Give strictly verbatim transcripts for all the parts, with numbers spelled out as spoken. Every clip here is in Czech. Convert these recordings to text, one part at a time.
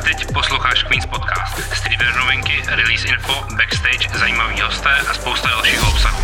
Teď posloucháš Queen's Podcast. Streetwear novinky, release info, backstage, zajímavý hosté a spousta dalšího obsahu.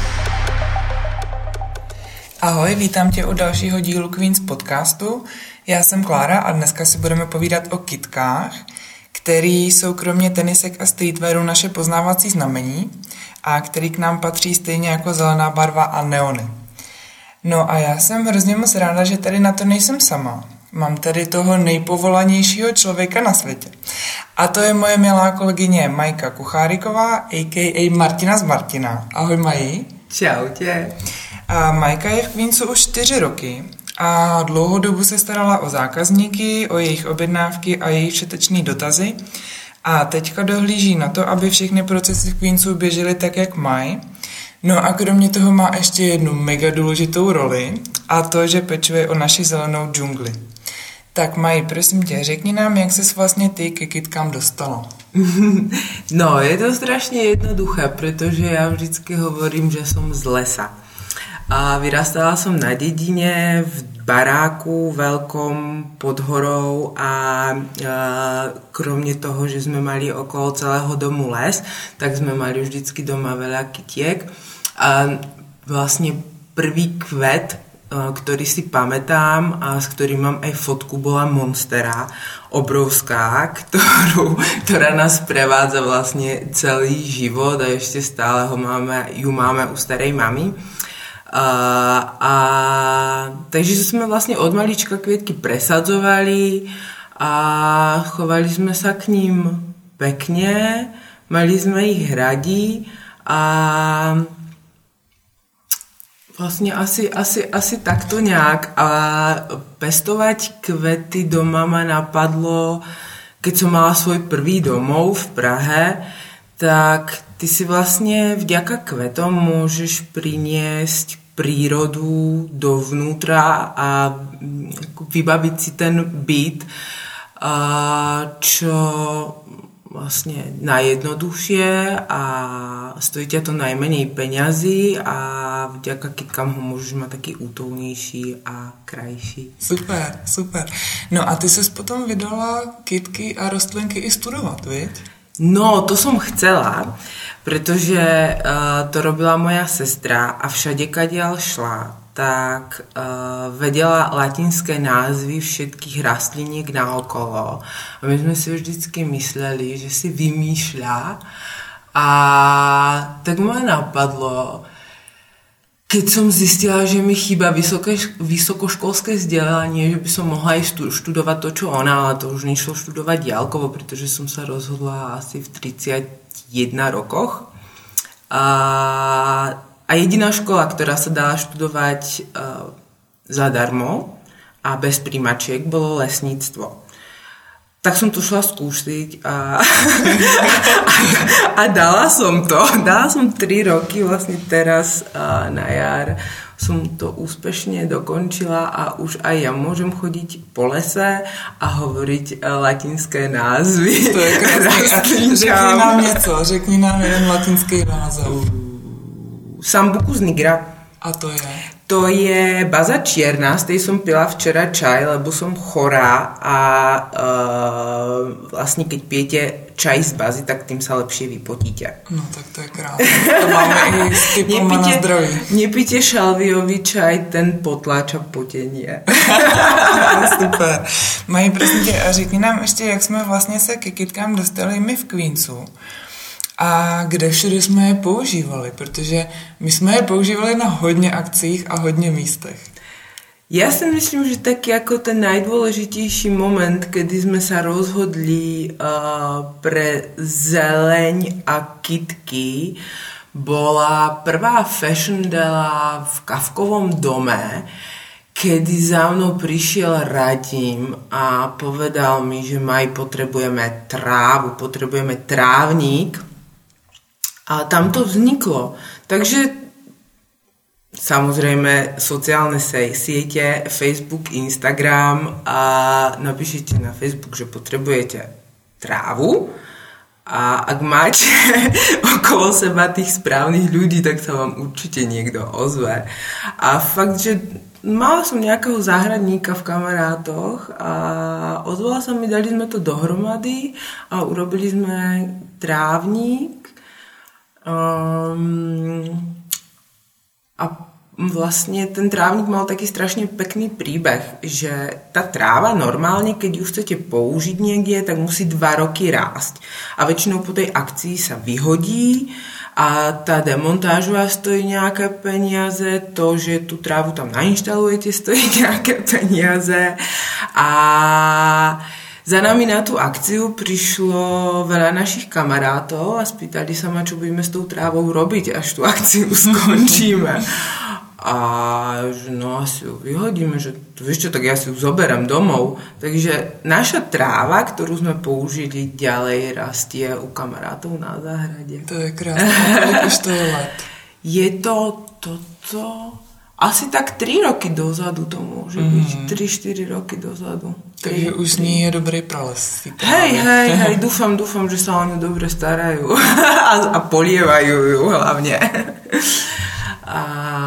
Ahoj, vítám tě u dalšího dílu Queen's Podcastu. Já jsem Klára a dneska si budeme povídat o kytkách, který jsou kromě tenisek a streetwearu naše poznávací znamení a který k nám patří stejně jako zelená barva a neony. No a já jsem hrozně moc ráda, že tady na to nejsem sama. Mám tady toho nejpovolanějšího člověka na světě. A to je moje milá kolegyně Majka Kucháriková, a k a. Martina z Martina. Ahoj Maji. Čau tě. A Majka je v Queensu už čtyři roky a dlouhou dobu se starala o zákazníky, o jejich objednávky a jejich všetečný dotazy. A teďka dohlíží na to, aby všechny procesy v Queensu běžely tak, jak mají. No a kromě toho má ještě jednu mega důležitou roli a to, že pečuje o naši zelenou džungli. Tak Maji, prosím tě, řekni nám, jak ses vlastně ty ke kytkám dostala. No, je to strašně jednoduché, protože já vždycky hovorím, že jsem z lesa. A vyrastala som na dedine v baráku veľkom pod horou a, a kromě toho, že sme mali okolo celého domu les, tak sme mali vždycky doma veľa kytiek. A vlastne prvý kvet, ktorý si pamätám a s ktorým mám aj fotku, bola monstera, obrovská, ktorú, ktorá nás prevádza vlastne celý život a ešte stále ho máme, ju máme u starej mamy. A, a takže sme vlastne od malička kvietky presadzovali a chovali sme sa k ním pekne, mali sme ich radi a vlastne asi, asi, asi takto nejak. A pestovať kvety doma ma napadlo, keď som mala svoj prvý domov v Prahe, tak ty si vlastne vďaka kvetom môžeš priniesť prírodu dovnútra a vybaviť si ten byt, čo vlastne najjednoduchšie a stojí ťa to najmenej peňazí a vďaka kytkám ho môžeš mať taký útulnější a krajší. Super, super. No a ty ses potom vydala kytky a rostlinky i studovat, viď? No, to som chcela, pretože uh, to robila moja sestra a všade, kadiaľ šla, tak uh, vedela latinské názvy všetkých rastliniek naokolo. A my sme si vždycky mysleli, že si vymýšľa. A tak ma napadlo, keď som zistila, že mi chýba vysoké, vysokoškolské vzdelanie, že by som mohla aj študovať to, čo ona, ale to už nešlo študovať diaľkovo, pretože som sa rozhodla asi v tridsiatich jeden rokoch. A, a jediná škola, ktorá sa dala študovať uh, zadarmo a bez príjmačiek, bolo lesníctvo. Tak som to šla skúsiť a, a, a dala som to. Dala som tri roky, vlastne teraz a na jar som to úspešne dokončila a už aj ja môžem chodiť po lese a hovoriť latinské názvy. To je krásne. Řekni nám něco, řekni nám jeden latinský název. Sambucus nigra. A to je? To je baza čierna, z tej som pila včera čaj, lebo som chorá a uh, vlastne keď pijete čaj z bazy, tak tým sa lepšie vypotíte. No tak to je krásne. To máme i s typom na zdraví. Nepíte šalviový čaj, ten potláča potenie. Super. Mají, prosím tě, a řekni nám ještě, jak jsme vlastně se ke kytkám dostali my v Queensu. A kde všude jsme je používali, protože my jsme je používali na hodně akcích a hodně místech. Ja si myslím, že taký ako ten najdôležitejší moment, kedy sme sa rozhodli uh, pre zeleň a kytky, bola prvá fashion dela v Kafkovom dome, kedy za mnou prišiel Radim a povedal mi, že Maj, potrebujeme trávu, potrebujeme trávnik. A tam to vzniklo. Takže samozrejme sociálne siete, Facebook, Instagram a napíšete na Facebook, že potrebujete trávu a ak máte okolo seba tých správnych ľudí, tak sa vám určite niekto ozve. A fakt, že mala som nejakého záhradníka v kamarátoch a ozvala sa mi, dali sme to dohromady a urobili sme trávnik. Um, a vlastne ten trávnik mal taký strašne pekný príbeh, že tá tráva normálne, keď ju chcete použiť niekde, tak musí dva roky rásť. A väčšinou po tej akcii sa vyhodí a tá demontážová stojí nejaké peniaze, to, že tú trávu tam nainštalujete, stojí nejaké peniaze a za nami na tú akciu prišlo veľa našich kamarátov a spýtali sa ma, čo budeme s tou trávou robiť, až tú akciu skončíme. A že no asi ju vyhodíme, že vieš čo, tak ja si ju zoberiem domov. Takže naša tráva, ktorú sme použili, ďalej rastie u kamarátov na záhrade. To je krásne. Kolik už to je let? Je to toto... Asi tak tri roky dozadu to môže mm-hmm. byť. tri štyri roky dozadu. Takže už z ní je dobrý prales. Hej, hej, hej, dúfam, dúfam, že sa o ňu dobre starajú. a, a polievajú ju hlavne. A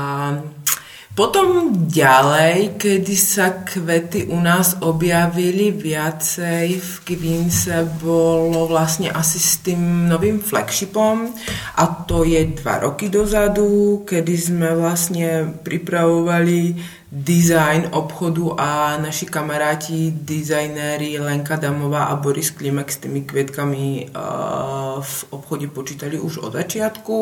potom ďalej, kedy sa kvety u nás objavili viacej v Queense, bolo vlastne asi s tým novým flagshipom a to je dva roky dozadu, kedy sme vlastne pripravovali design obchodu a naši kamaráti, dizajnéri Lenka Damová a Boris Klimek s tými kvietkami uh, v obchode počítali už od začiatku.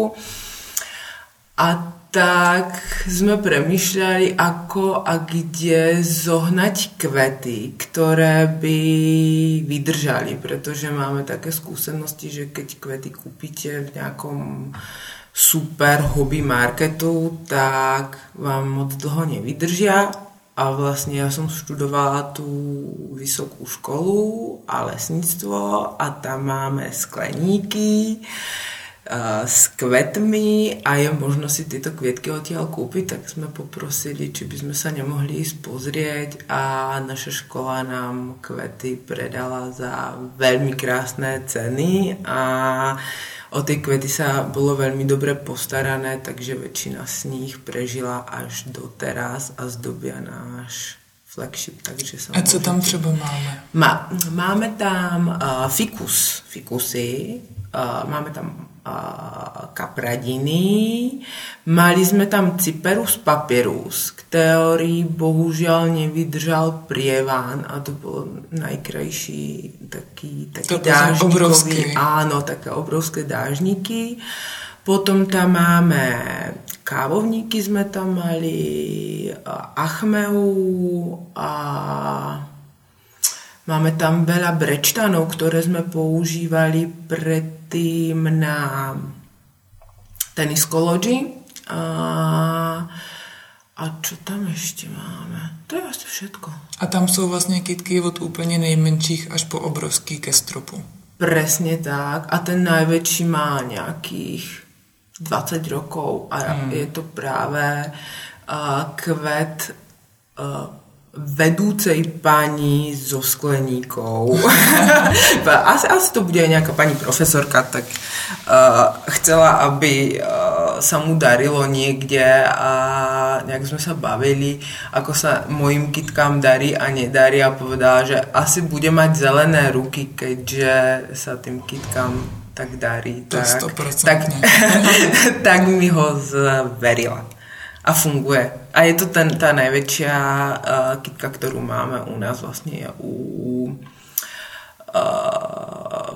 A tak sme premýšľali, ako a kde zohnať kvety, ktoré by vydržali, pretože máme také skúsenosti, že keď kvety kúpite v nejakom super hobby marketu, tak vám moc dlho nevydržia. A vlastne ja som študovala tú vysokú školu a lesníctvo a tam máme skleníky s kvetmi a je možno si tieto kvietky odtiaľ kúpiť, tak sme poprosili, či by sme sa nemohli ísť pozrieť a naša škola nám kvety predala za veľmi krásne ceny a o tej kvety sa bolo veľmi dobre postarané, takže väčšina z nich prežila až doteraz a zdobia náš flagship. Takže sa a co tam třeba máme? Má, máme tam uh, fikus, fikusy, uh, máme tam kapradiny. Mali sme tam Cyperus papyrus, ktorý bohužiaľ nevydržal prieván a to bol najkrajší taký, taký dážnikový. Áno, také obrovské dážniky. Potom tam máme kávovníky, sme tam mali achmeu a máme tam veľa brečtanov, ktoré sme používali predtým na Tenniscology. A, a čo tam ešte máme? To je asi všetko. A tam sú vlastne kytky od úplne nejmenších až po obrovský ke stropu. Presne tak. A ten najväčší má nejakých dvadsať rokov a hmm. je to práve uh, kvet uh, vedúcej pani so skleníkou. asi, asi to bude aj nejaká pani profesorka, tak uh, chcela, aby uh, sa mu darilo niekde a nejak sme sa bavili, ako sa mojim kytkám darí a nedarí a povedala, že asi bude mať zelené ruky, keďže sa tým kytkám tak darí. To tak, sto percent. Tak, tak mi ho zverila. A funguje. A je to ten, tá najväčšia uh, kytka, ktorú máme u nás vlastne je u uh...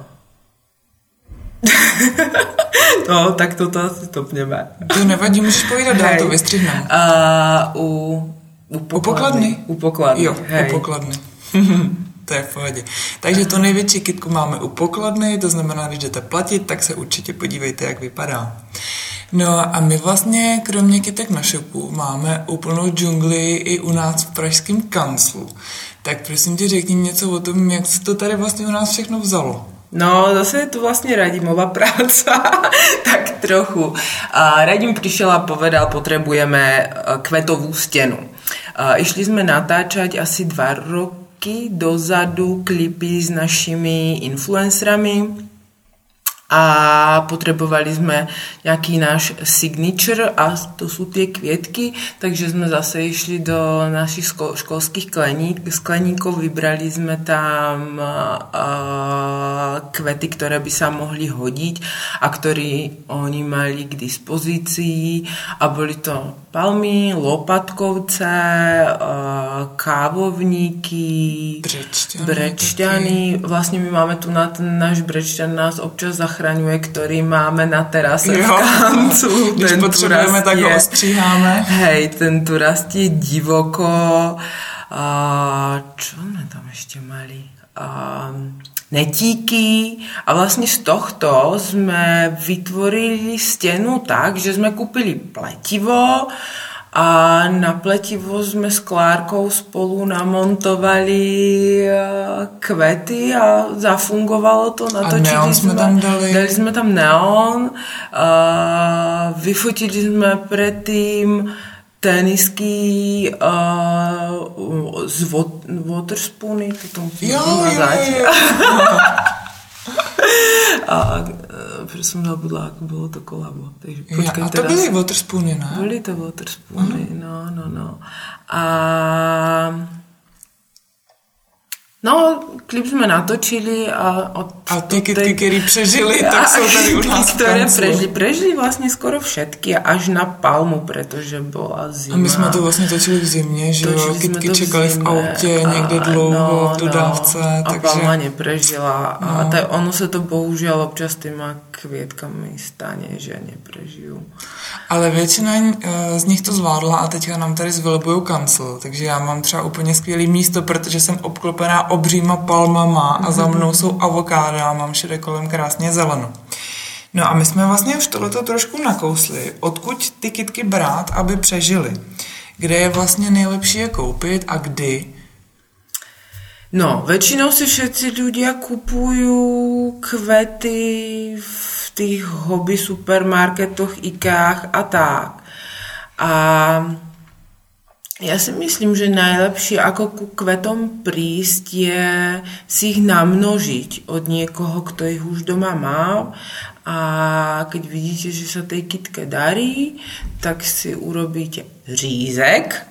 no, tak toto asi stopneme. To nevadí, můžeš povídat dál, to vystřihneme. Uh, u, u pokladny. U pokladny. Jo, hej. U pokladny. To je v pohodě. Takže to největší kytku máme u pokladny, to znamená, když jdete platit, tak se určitě podívejte, jak vypadá. No a my vlastně, kromě kytek na shopu, máme úplnou džungli i u nás v pražském kanclu. Tak prosím tě, řekni něco o tom, jak se to tady vlastně u nás všechno vzalo. No, zase je to vlastne Radimová práca, tak trochu. Radim prišiel a povedal, potrebujeme kvetovú stenu. Išli sme natáčať asi dva roky dozadu klipy s našimi influencerami a potrebovali sme nejaký náš signature a to sú tie kvietky, takže sme zase išli do našich školských skleníkov, vybrali sme tam kvety, ktoré by sa mohli hodiť a ktorí oni mali k dispozícii a boli to palmy, lopatkovce, kávovníky, brečťany, brečťany. Vlastne my máme tu na ten náš brečťan nás občas zachraňuje, ktorý máme na terase v kancu. Když ten potřebujeme, tak ho ostříháme. Hej, ten tu rastie divoko. A čo sme tam ešte mali? A netíky. A vlastne z tohto sme vytvorili stenu tak, že sme kúpili pletivo a na pletivo sme s Klárkou spolu namontovali kvety a zafungovalo to. Natočili a neon sme tam dali. Dali sme tam neon. A vyfotili sme predtým tenisky uh, z waterspoony. To jo, jo, jo. A protože jsem zabudla, jak bylo to kolabo. Takže počkej, a to teraz... byly waterspoony, ne? Byly to waterspoony, uh-huh. no, no, no. A no, klip jsme natočili a... Od, a ty kytky, které přežili, tak jsou tady u nás v kancu. Prežili, prežili vlastně skoro všetky až na Palmu, protože byla zima. A my jsme to vlastně točili v zimě, že jo? Kytky čekali v, v autě a, někde dlouho no, v dodávce. No, takže... A Palma neprežila. No. A taj, ono se to bohužel občas týma květkami stane, že neprežijou. Ale většina z nich to zvládla a teďka nám tady zvylobujou kancel, takže já mám třeba úplně skvělý místo, protože jsem obklopená obříma palmama a za mnou jsou avokáda a mám všude kolem krásně zeleno. No a my jsme vlastně už tohleto trošku nakousli, odkud ty kytky brát, aby přežili. Kde je vlastně nejlepší je koupit a kdy? No, väčšinou si všetci ľudia kupujú kvety v tých hobby supermarketoch, ikách a tak. A ja si myslím, že najlepšie ako ku kvetom prísť je si ich namnožiť od niekoho, kto ich už doma má. A keď vidíte, že sa tej kytke darí, tak si urobíte řízek,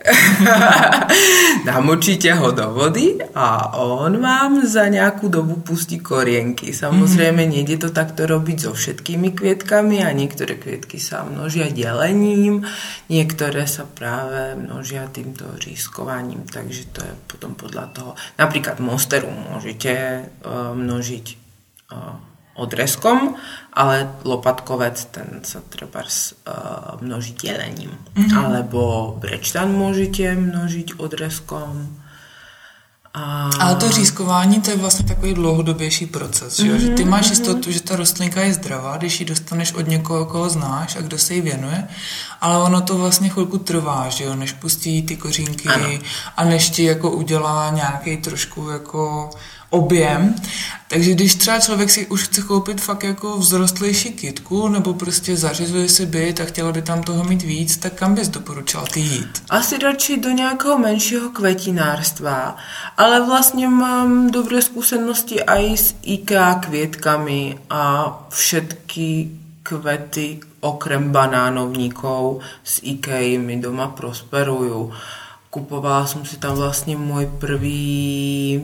namočíte ho do vody a on vám za nejakú dobu pustí korienky. Samozrejme, nejde to takto robiť so všetkými kvietkami a niektoré kvietky sa množia delením, niektoré sa práve množia týmto řízkovaním, takže to je potom podľa toho. Napríklad monsteru môžete uh, množiť uh, odrezkom, ale lopatkovec, ten sa treba uh, množiť jelením. Mm-hmm. Alebo brečtan môžete množiť odrezkom. A... Ale to řízkování, to je vlastně takový dlouhodobější proces, mm-hmm, že ty máš jistotu, že ta rostlinka je zdravá, když ji dostaneš od někoho, koho znáš a kdo se jí věnuje, ale ono to vlastně chvilku trvá, že jo, než pustí ty kořínky ano. A než ti jako udělá nějaký trošku jako objem. Takže když třeba člověk si už chce koupit fakt jako vzrostlejší kytku nebo prostě zařizuje si byt a chtěla by tam toho mít víc, tak kam bys doporučila ty jít? Asi radši do nějakého menšího kvetinárstva. Ale vlastně mám dobré skúsenosti aj s IKEA kvietkami a všetky kvety okrem banánovníkov z IKEA mi doma prosperujú. Kupovala som si tam vlastne môj prvý,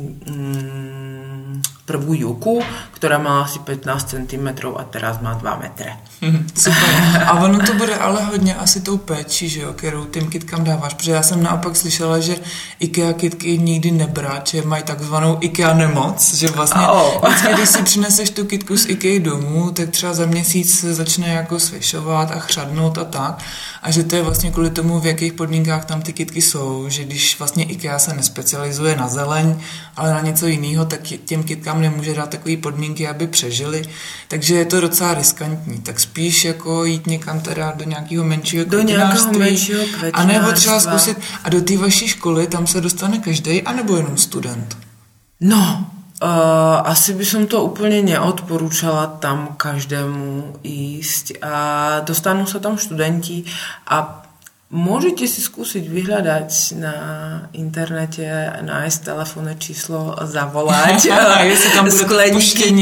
mm, prvú juku, ktorá má asi pätnásť centimetrov a teraz má dva metre. Super. A ono to bude ale hodně asi tou péčí, že jo, kterou těm kytkám dáváš, protože já jsem naopak slyšela, že IKEA kytky nikdy nebrát, že mají takzvanou IKEA nemoc, že vlastně oh. vždycky, když si přineseš tu kytku z IKEA domů, tak třeba za měsíc se začne jako svišovat a chřadnout a tak, a že to je vlastně kvůli tomu, v jakých podmínkách tam ty kytky jsou, že když vlastně IKEA se nespecializuje na zeleň, ale na něco jiného, tak těm kytkám nemůže dát takové podmínky, aby přežili, takže je to docela riskantní, tak spíš jako jít někam teda do nějakého menšího květinářství, a nebo třeba zkusit, a do té vaší školy tam se dostane každej, anebo jenom student? No, uh, asi by som to úplne neodporúčala tam každému ísť a dostanú sa tam študenti a Môžete si skúsiť vyhľadať na internete, nájsť telefónne číslo, zavolať skleníky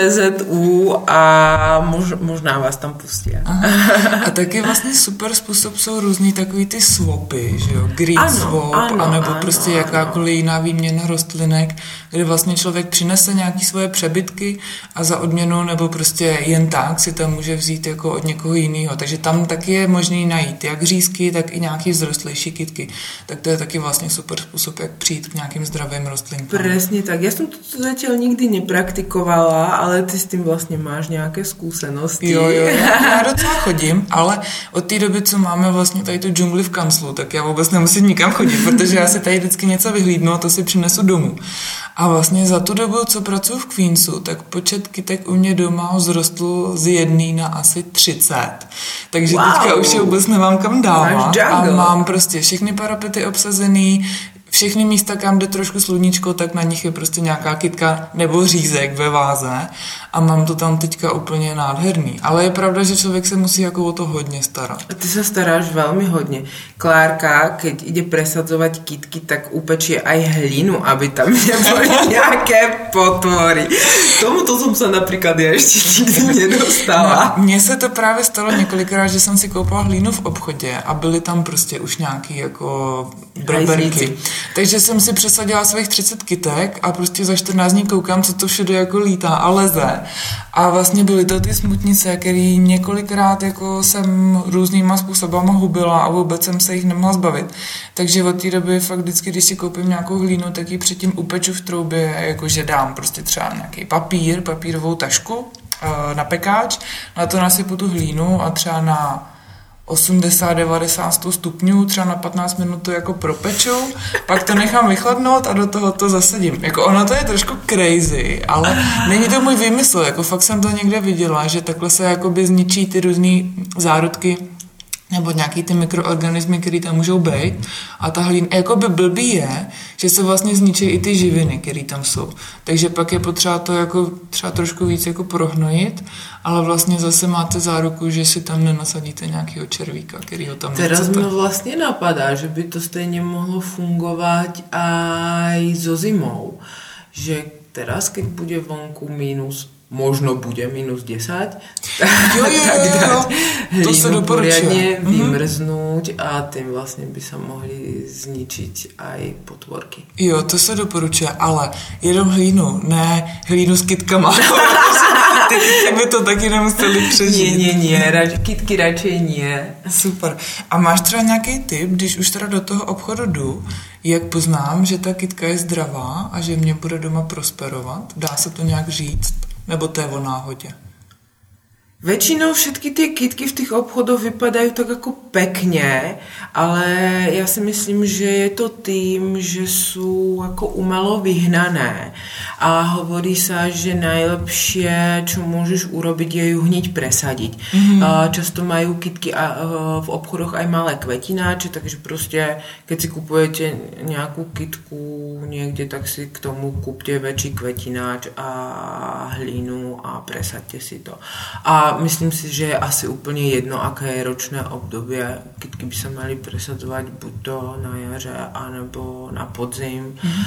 ČZÚ a mož, možná vás tam pustí. A taky vlastně super způsob jsou různý takový ty swapy, že jo? Green ano, swap, ano, anebo ano, prostě ano. jakákoliv jiná výměna rostlinek, kde vlastně člověk přinese nějaký svoje přebytky a za odměnu nebo prostě jen tak si tam může vzít jako od někoho jiného. Takže tam taky je možný najít jak řízky, tak i nějaký vzrostlejší kytky. Tak to je taky vlastně super způsob, jak přijít k nějakým zdravým rostlinkám. Presne tak. Ja som to zatiaľ nikdy nepraktikovala, ale ty s tým vlastně máš nějaké skúsenosti. Jo, jo, já docela chodím, ale od té doby, co máme vlastně tady tu džungli v kanclu, tak já vůbec nemusím nikam chodit, protože já si tady vždycky něco vyhlídnu a to si přinesu domů. A vlastně za tu dobu, co pracuji v Queensu, tak počet kytek u mě doma vzrostl z jedný na asi třicet. Takže wow. teďka už je vůbec nemám kam dávat. A mám prostě všechny parapety obsazený, všechny místa, kam jde trošku sluníčko, tak na nich je prostě nějaká kytka nebo řízek ve váze a mám to tam teďka úplně nádherný. Ale je pravda, že člověk se musí jako o to hodně starat. A ty se staráš velmi hodně. Klárka, keď ide presadzovať kytky, tak upečie aj hlinu, aby tam neboli nějaké potvory. Tomuto som sa napríklad ja ešte nikdy nedostala. No, mně se to právě stalo několikrát, že jsem si koupila hlínu v obchodě a byly tam prostě už nějaký jako breberky. Takže jsem si přesadila svých třicet kytek a prostě za čtrnáct dní koukám, co to všude jako lítá a leze. A vlastně byly to ty smutnice, který několikrát jako jsem různýma způsobama hubila a vůbec jsem se jich nemohla zbavit. Takže od té doby fakt vždycky, když si koupím nějakou hlínu, tak ji předtím upeču v troubě, jakože dám prostě třeba nějaký papír, papírovou tašku na pekáč, na to nasypu tu hlínu a třeba na osmdesát devadesát sto stupňů, třeba na patnáct minut to jako propeču, pak to nechám vychladnout a do toho to zasadím. Jako ono to je trošku crazy, ale není to můj výmysl, jako fakt jsem to někde viděla, že takhle se jakoby zničí ty různý zárodky nebo nějaký ty mikroorganismy, které tam můžou být. A ta hlína, jakoby blbý je, že se vlastně zničí i ty živiny, které tam jsou. Takže pak je potřeba to jako třeba trošku víc jako prohnojit, ale vlastně zase máte záruku, že si tam nenasadíte nějakého červíka, kterýho tam nechcete. Teraz mi vlastně napadá, že by to stejně mohlo fungovat aj so zimou. Že teraz, keď bude vonku minus možno bude minus desať, jo, jo, tak dať hlínu poriadne mm-hmm. vymrznúť a tým vlastne by sa mohli zničiť aj potvorky. Jo, to se doporučuje, ale jenom hlínu, ne hlínu s kytkama. Ty kytky by to taky nemuseli přežít. Nie, nie, nie, rač, kytky radšej nie. Super. A máš třeba nějaký tip, když už teda do toho obchodu jdu, jak poznám, že ta kytka je zdravá a že mě bude doma prosperovat? Dá se to nějak říct? Nebo to je o náhodě? Väčšinou všetky tie kytky v tých obchodoch vypadajú tak ako pekne, ale ja si myslím, že je to tým, že sú ako umelo vyhnané. A hovorí sa, že najlepšie, čo môžeš urobiť, je ju hneď presadiť. Mm-hmm. Často majú kytky v obchodoch aj malé kvetináče, takže proste, keď si kupujete nejakú kytku niekde, tak si k tomu kúpte väčší kvetináč a hlínu a presaďte si to. A myslím si, že je asi úplně jedno, aké je ročné období. Kytky by se mali presadzovat buď to na jaře, anebo na podzim. Mm-hmm.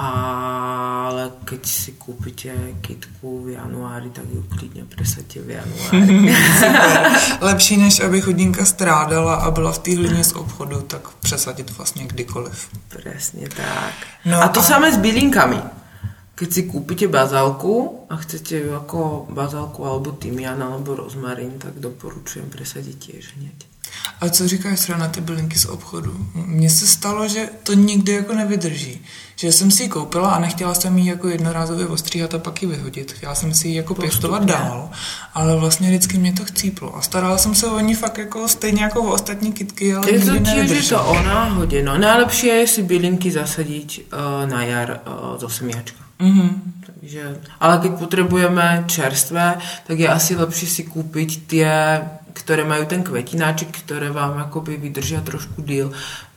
Ale keď si koupíte kytku v januári, tak ji klidně presaďte v januári. Lepší, než aby chudinka strádala a byla v té hlině z obchodu, tak přesadit vlastně kdykoliv. Presne tak. No a to a... samé s bylinkami. Keď si kúpite bazálku a chcete ju ako bazálku alebo tymián alebo rozmarín, tak doporučujem presadiť tiež hneď. A co říkáš třeba na ty bylinky z obchodu? Mně se stalo, že to nikdy jako nevydrží. Že jsem si ji koupila a nechtěla jsem ji jako jednorázově ostříhat a pak ji vyhodit. Chtěla jsem si ji jako Postupně. pěstovat dál, ale vlastně vždycky mě to chcíplo. A starala jsem se o ní fakt jako stejně jako o ostatní kytky, ale je nikdy nevydrží. Je to tiež o náhode. No, najlepšie je si bylinky zasadiť uh, na jar uh, zo semiačka. Mm-hmm. Takže, ale keď potrebujeme čerstvé, tak je asi lepší si kúpiť tie, ktoré majú ten kvetináček, ktoré vám akoby vydržia trošku díl,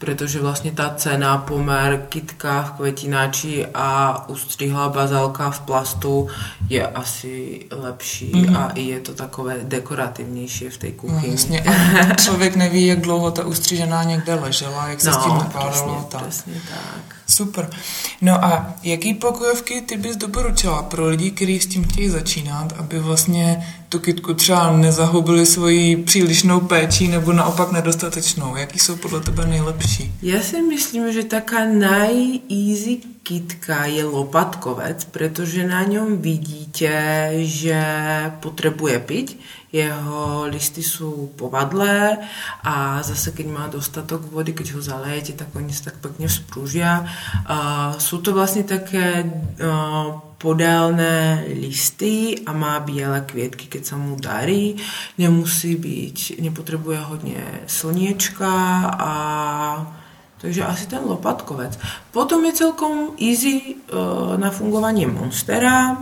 Protože vlastně ta cena, pomer kytka v kvetináči a ustřihlá bazalka v plastu je asi lepší mm-hmm. a i je to takové dekorativnější v té kuchyni. No, vlastně. A člověk neví, jak dlouho ta ustřižená někde ležela, jak se no, s tím nakládalo. Tak. Přesně tak. Super. No a jaký pokojovky ty bys doporučila pro lidi, kteří s tím chtějí začínat, aby vlastně tu kytku třeba nezahubili svojí přílišnou péčí nebo naopak nedostatečnou? Jaký jsou podle tebe nejlepší? Já si myslím, že taká naj-easy kytka je lopatkovec, protože na něm vidíte, že potřebuje piť. Jeho listy jsou povadlé a zase, keď má dostatok vody, keď ho zalejete, tak oni se tak pekne vzpružia. Uh, jsou to vlastně také uh, podélné listy a má biele květky, keď sa mu darí. Nemusí být, nepotřebuje hodně slniečka a takže asi ten lopatkovec. Potom je celkom easy uh, na fungování monstera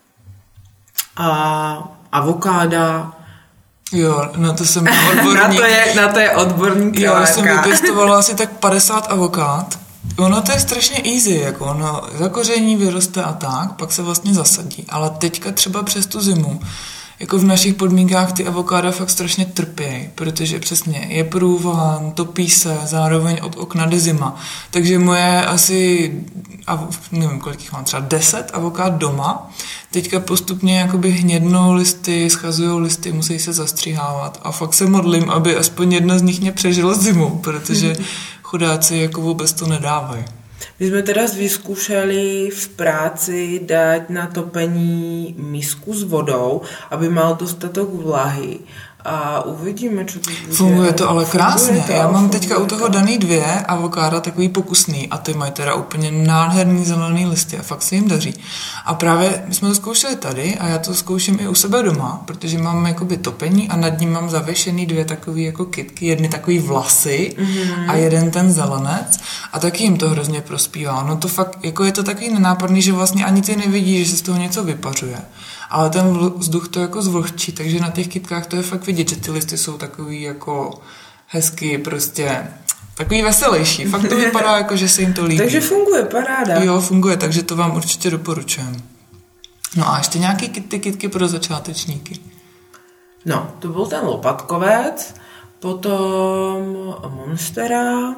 a avokáda. Jo, na to jsem odborník. na, to je, na to je odborník. Jo, já jsem vypěstovala asi tak padesát avokád. Ono to je strašně easy, jako ono zakoření, vyroste a tak, pak se vlastně zasadí. Ale teďka třeba přes tu zimu, jako v našich podmínkách ty avokáda fakt strašně trpějí, protože přesně je průvan, topí se, zároveň od okna jde zima. Takže moje asi, nevím kolik jich mám, třeba deset avokád doma, teďka postupně jakoby hnědnou listy, schazujou listy, musí se zastřihávat a fakt se modlím, aby aspoň jedna z nich mě přežila zimu, protože chudáci jako vůbec to nedávají. My jsme teraz vyskúšali v práci dať na topení misku s vodou, aby mal dostatok vlahy. A uvidíme, čo to bude. Funguje to ale krásně. To, Já mám teďka u toho daný dvě avokáda takový pokusný a ty mají teda úplně nádherný zelený listy a fakt se jim daří. A právě my jsme to zkoušeli tady a já to zkouším i u sebe doma, protože mám jakoby topení a nad ním mám zavěšený dvě takový jako kytky, jedny takový vlasy mm-hmm. a jeden ten zelenec a taky jim to hrozně prospívá. No to fakt, jako je to takový nenápadný, že vlastně ani ty nevidí, že se z toho něco vypařuje. Ale ten vzduch to jako zvlhčí, takže na těch kytkách to je fakt vidět, že ty listy jsou takový jako hezký, prostě takový veselější. Fakt to vypadá jako, že se jim to líbí. Takže funguje, paráda. Jo, funguje, takže to vám určitě doporučujem. No a ještě nějaký ty kytky pro začátečníky. No, to byl ten lopatkovec, potom monstera,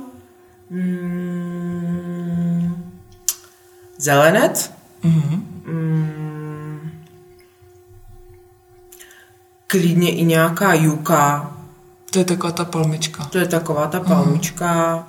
mm, zelenec, mm-hmm. mm, klidně i nějaká juka. To je taková ta palmička. To je taková ta palmička.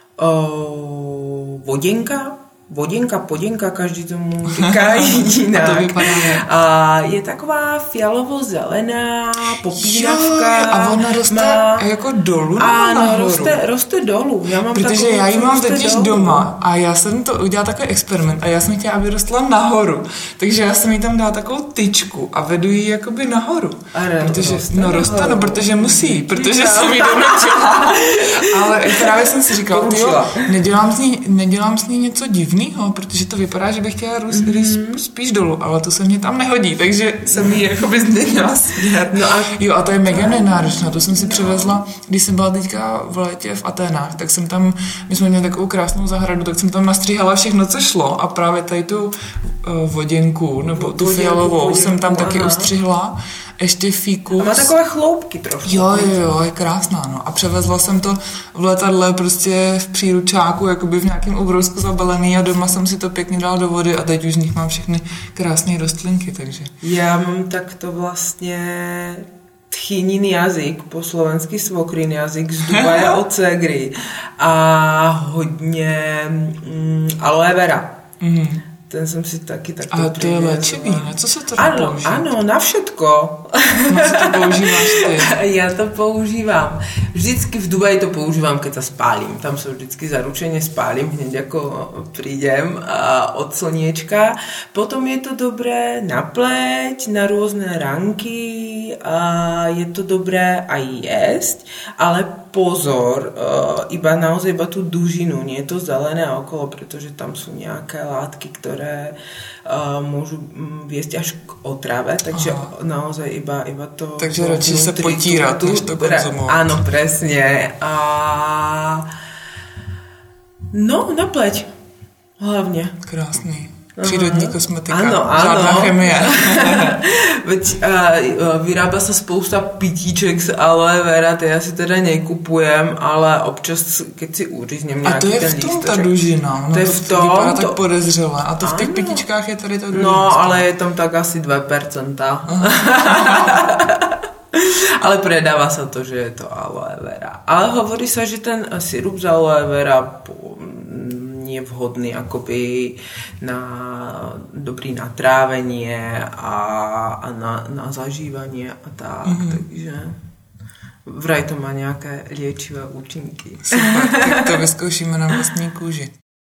O, voděnka. Voděnka, poděnka, každý tomu říká jinak. A to vypadá a je taková fialovo-zelená popínavka. Jo, a ona roste má... jako dolů nebo ano, nahoru? roste, roste dolů. Já mám Protože takovou, já ji mám totiž dolů. doma a já jsem to udělala takový experiment a já jsem chtěla, aby rostla nahoru. Takže já jsem jí tam dala takovou tyčku a vedu ji jakoby nahoru. Ale protože, roste no roste, no protože musí, protože jsem jí donutila. Ale právě jsem si říkala, tyjo, nedělám s ní, nedělám s ní něco divného, protože to vypadá, že bych chtěla růst mm-hmm. spíš dolů, ale to se mě tam nehodí, takže jsem jí jakoby změnila směr. No a, jo, a to je mega nenáročné, to jsem si přivezla, když jsem byla teďka v létě v Aténách, tak jsem tam, my jsme měli takovou krásnou zahradu, tak jsem tam nastříhala všechno, co šlo a právě tady tu uh, voděnku, nebo tu voděnku, fialovou voděnku, jsem tam aha. taky ustřihla, ještě fíkus. A má takové chloupky trošku. Jo, jo, jo, je krásná, no. A převezla jsem to v letadle prostě v příručáku, jakoby v nějakém ubrousku zabalený a doma jsem si to pěkně dala do vody a teď už z nich mám všechny krásné rostlinky, takže. Já mám takto vlastně tchýnin jazyk, po slovensky svokrin jazyk z Dubaje od Segry a hodně mm, aloe vera. Mhm. Ten jsem si taky tak. Ale to je léčivý, na co se to ano, použít? Ano, na všetko. Na co to používáš ty? Já to používám. Vždycky v Dubaji to používám, keď sa spálím. Tam se vždycky zaručeně spálím, hned jako prídem a od slniečka. Potom je to dobré na pleť, na různé ranky a je to dobré aj jesť, ale pozor, iba naozaj iba tu dužinu, nie je to zelené okolo, protože tam jsou nějaké látky, které uh, môžu viesť až k otrave, takže aha. naozaj iba, iba to... Takže radši se potírat, než to konzumovat. Áno, presne. A No, na pleť. Hlavně. Krásný. Přírodní uh-huh. kosmetika. Ano, žádná ano. chemie. Veď uh, vyrába sa spousta pitíček z aloe vera, ty ja si teda nekupujem, ale občas, keď si uříznem nějaký ten lístoček. A to je v tom ta dužina. No to je to v tom. Vypadá to... tak podezřele. A to v těch ano. pitíčkách je tady ta dužina. No, ale je tam tak asi dva percentá. Ale predáva sa to, že je to aloe vera. Ale hovorí sa, že ten sirup z aloe vera je vhodný akoby na dobrý natrávenie a, a na, na zažívanie a tak, mm-hmm. takže vraj to má nějaké liečivé účinky. Super, tak to vyzkoušíme na vlastní kůži.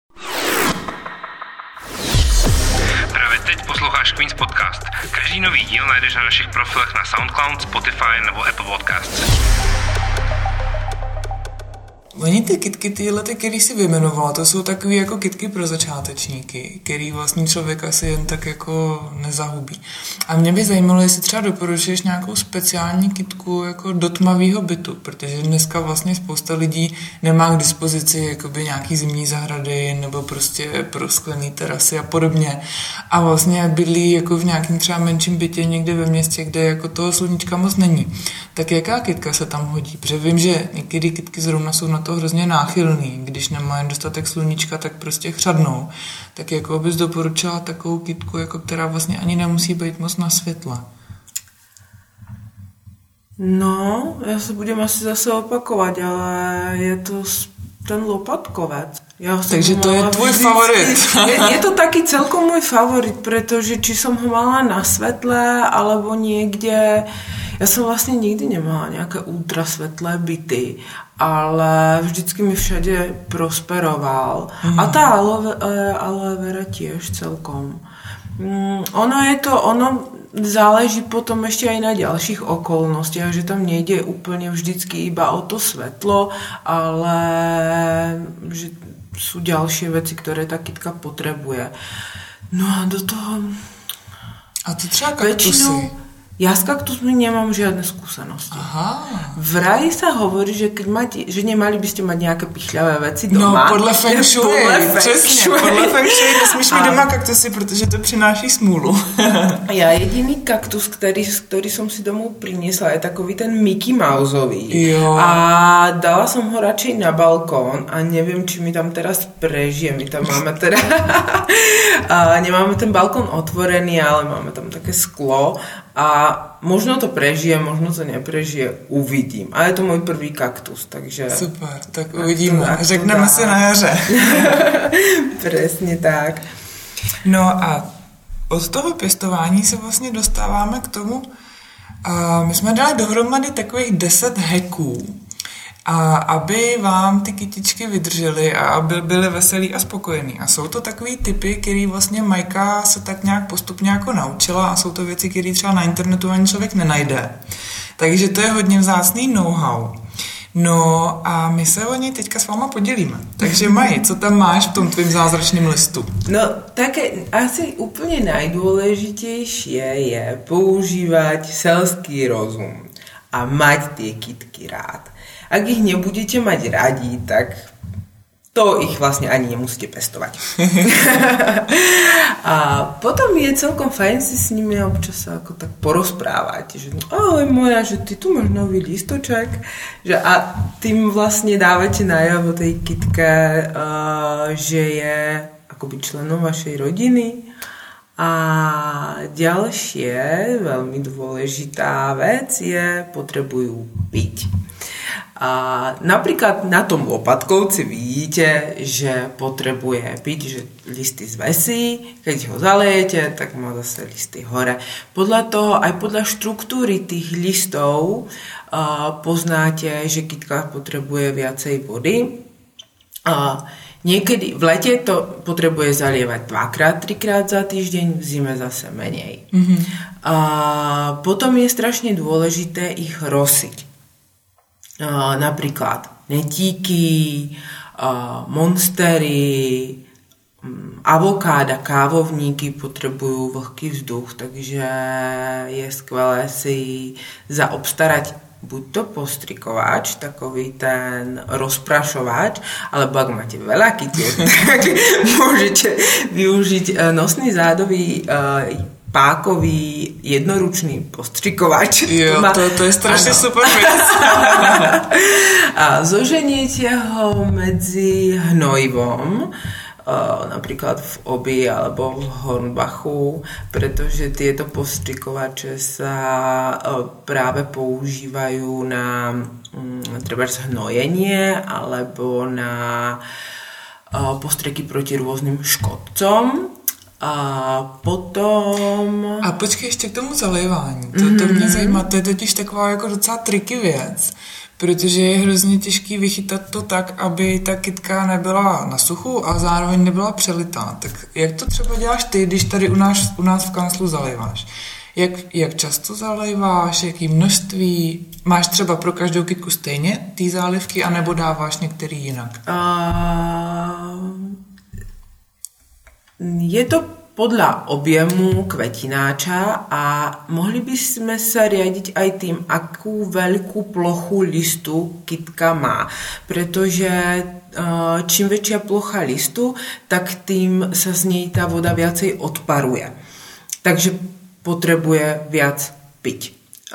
Právě teď posloucháš Queen's Podcast. Každý nový díl najdeš na našich profilech na SoundCloud, Spotify nebo Apple Podcasts. Oni ty kytky, tyhle, ty, který jsi vyjmenovala, to jsou takový jako kytky pro začátečníky, který vlastně člověk asi jen tak jako nezahubí. A mě by zajímalo, jestli třeba doporučuješ nějakou speciální kytku jako do tmavého bytu, protože dneska vlastně spousta lidí nemá k dispozici jakoby nějaký zimní zahrady nebo prostě prosklený terasy a podobně. A vlastně bydlí jako v nějakém třeba menším bytě někde ve městě, kde jako toho sluníčka moc není. Tak jaká kytka se tam hodí? Protože vím, že některé kytky zrovna jsou na to hrozně náchylný. Když nemají dostatek sluníčka, tak prostě chřadnou. Tak jako bys doporučila takovou kytku, jako která vlastně ani nemusí být moc na světle? No, já se budem asi zase opakovat, ale je to ten lopatkovec. Ja Takže to je tvoj vždycky, favorit. Je, je to taký celkom môj favorit, pretože či som ho mala na svetle, alebo niekde... Ja som vlastne nikdy nemala nejaké ultrasvetlé byty, ale vždycky mi všade prosperoval. Mm. A tá aloe, aloe vera tiež celkom. Mm, ono je to... ono záleží potom ešte aj na ďalších okolnostiach, že tam nejde úplne vždycky iba o to svetlo, ale že sú ďalšie veci, ktoré ta kytka potrebuje. No a do toho... A ty třeba kaktusy? Ja s kaktusmi nemám žiadne skúsenosti. Aha. Vraj sa hovorí, že keď máte, že nemali by ste mať nejaké pichľavé veci doma. No, podle feng shui. Podle Přesně, podle feng shui nesmíš mít doma kaktusy, protože to přináší smůlu. Ja jediný kaktus, ktorý, ktorý som si domov priniesla, je takový ten Mickey Mouseový. Jo. A dala som ho radšej na balkón a neviem, či mi tam teraz prežije. My tam máme teda... a nemáme ten balkón otvorený, ale máme tam také sklo. A možno to prežije, možno to neprežije, uvidím. A je to můj prvý kaktus, takže... Super, tak uvidíme. Řekneme si na jaře. Presne tak. No a od toho pěstování se vlastně dostáváme k tomu, a my jsme dali dohromady takových deset hacků, a aby vám ty kytičky vydržely a aby byly veselý a spokojený. A jsou to takový typy, který vlastně Majka se tak nějak postupně jako naučila a jsou to věci, které třeba na internetu ani člověk nenajde. Takže to je hodně vzácný know-how. No a my se o něj teďka s váma podělíme. Takže Maj, co tam máš v tom tvým zázračným listu? No, také asi úplně nejdůležitější je používat selský rozum a mať tie kytky rád. Ak ich nebudete mať radi, tak to ich vlastne ani nemusíte pestovať. A potom je celkom fajn si s nimi občas ako tak porozprávať, že ahoj moja, že ty tu máš nový listoček, že a tým vlastne dávate najavo tej kytke, uh, že je akoby členom vašej rodiny. A ďalšie veľmi dôležitá vec je, potrebujú piť. A napríklad na tom lopatkovci vidíte, že potrebuje piť, že listy zvesí, keď ho zalejete, tak má zase listy hore. Podľa toho, aj podľa štruktúry tých listov uh, poznáte, že kytka potrebuje viacej vody. Uh, Niekedy v lete to potrebuje zalievať dvakrát, trikrát za týždeň, v zime zase menej. Mm-hmm. A potom je strašne dôležité ich rosiť. A napríklad netíky, a monstery, avokáda, kávovníky potrebujú vlhký vzduch, takže je skvelé si zaobstarať buď to postrikovač, takový ten rozprašovač, alebo ak máte veľa kytiek, tak môžete využiť nosný zádový pákový jednoručný postrikovač. Jo, to, to je strašne ano. Super vec. A zoženiete ho medzi hnojivom, Uh, napríklad v Obi alebo v Hornbachu, pretože tieto postrikovače sa uh, práve používajú na um, treba hnojenie alebo na uh, postreky proti rôznym škodcom. A potom... A počkej, ještě k tomu zalévání. To, mm-hmm. to mě zajímá, to je totiž taková jako docela triky věc, protože je hrozně těžký vychytat to tak, aby ta kytka nebyla na suchu a zároveň nebyla přelitá. Tak jak to třeba děláš ty, když tady u nás, u nás v kanclu zaléváš? Jak, jak často zaléváš, jaký množství? Máš třeba pro každou kytku stejně ty zálivky, anebo dáváš některý jinak? Uh... Je to podľa objemu kvetináča a mohli by sme sa riadiť aj tým, akú veľkú plochu listu kytka má. Pretože čím väčšia plocha listu, tak tým sa z nej tá voda viacej odparuje. Takže potrebuje viac piť.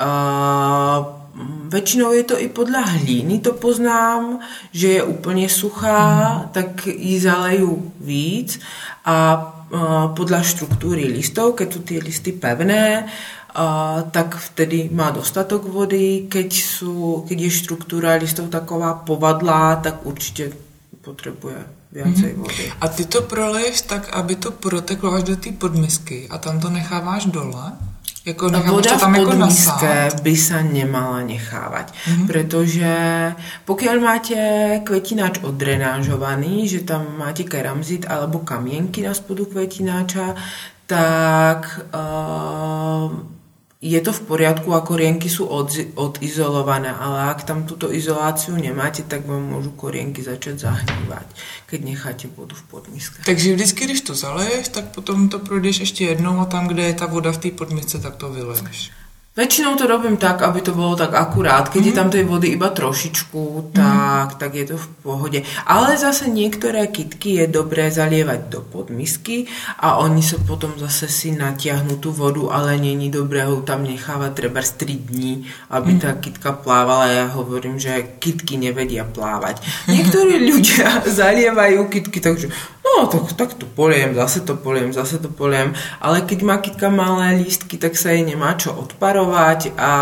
Väčšinou je to i podľa hlíny, to poznám, že je úplne suchá, mm. tak ji zalejú víc a podľa štruktúry listov, keď sú tie listy pevné, a, tak vtedy má dostatok vody. Keď, sú, keď je štruktúra listov taková povadlá, tak určite potrebuje viacej mm-hmm. vody. A ty to proleješ tak, aby to proteklo až do té podmisky a tam to necháváš dole? Jako voda v podmiske by sa nemala nechávať, mm-hmm. pretože pokiaľ máte kvetináč oddrenážovaný, že tam máte keramzit alebo kamienky na spodu kvetináča, tak uh, je to v poriadku a korienky sú od, odizolované, ale ak tam túto izoláciu nemáte, tak vám môžu korienky začať zahnívať, keď necháte vodu v podmiske. Takže vždycky, když to zaleješ, tak potom to projdeš ještě jednou a tam, kde je ta voda v té podmisce, tak to vyleješ. Väčšinou to robím tak, aby to bolo tak akurát. Keď mm. je tam tej vody iba trošičku, tak, mm. tak je to v pohode. Ale zase niektoré kytky je dobré zalievať do podmisky a oni sa potom zase si natiahnu tú vodu, ale není dobré ho tam nechávať treba z tri dní, aby mm. tá kytka plávala. Ja hovorím, že kytky nevedia plávať. Niektorí ľudia zalievajú kytky, takže no, tak, tak to poliem, zase to poliem, zase to poliem. Ale keď má kytka malé lístky, tak sa jej nemá čo odparovať a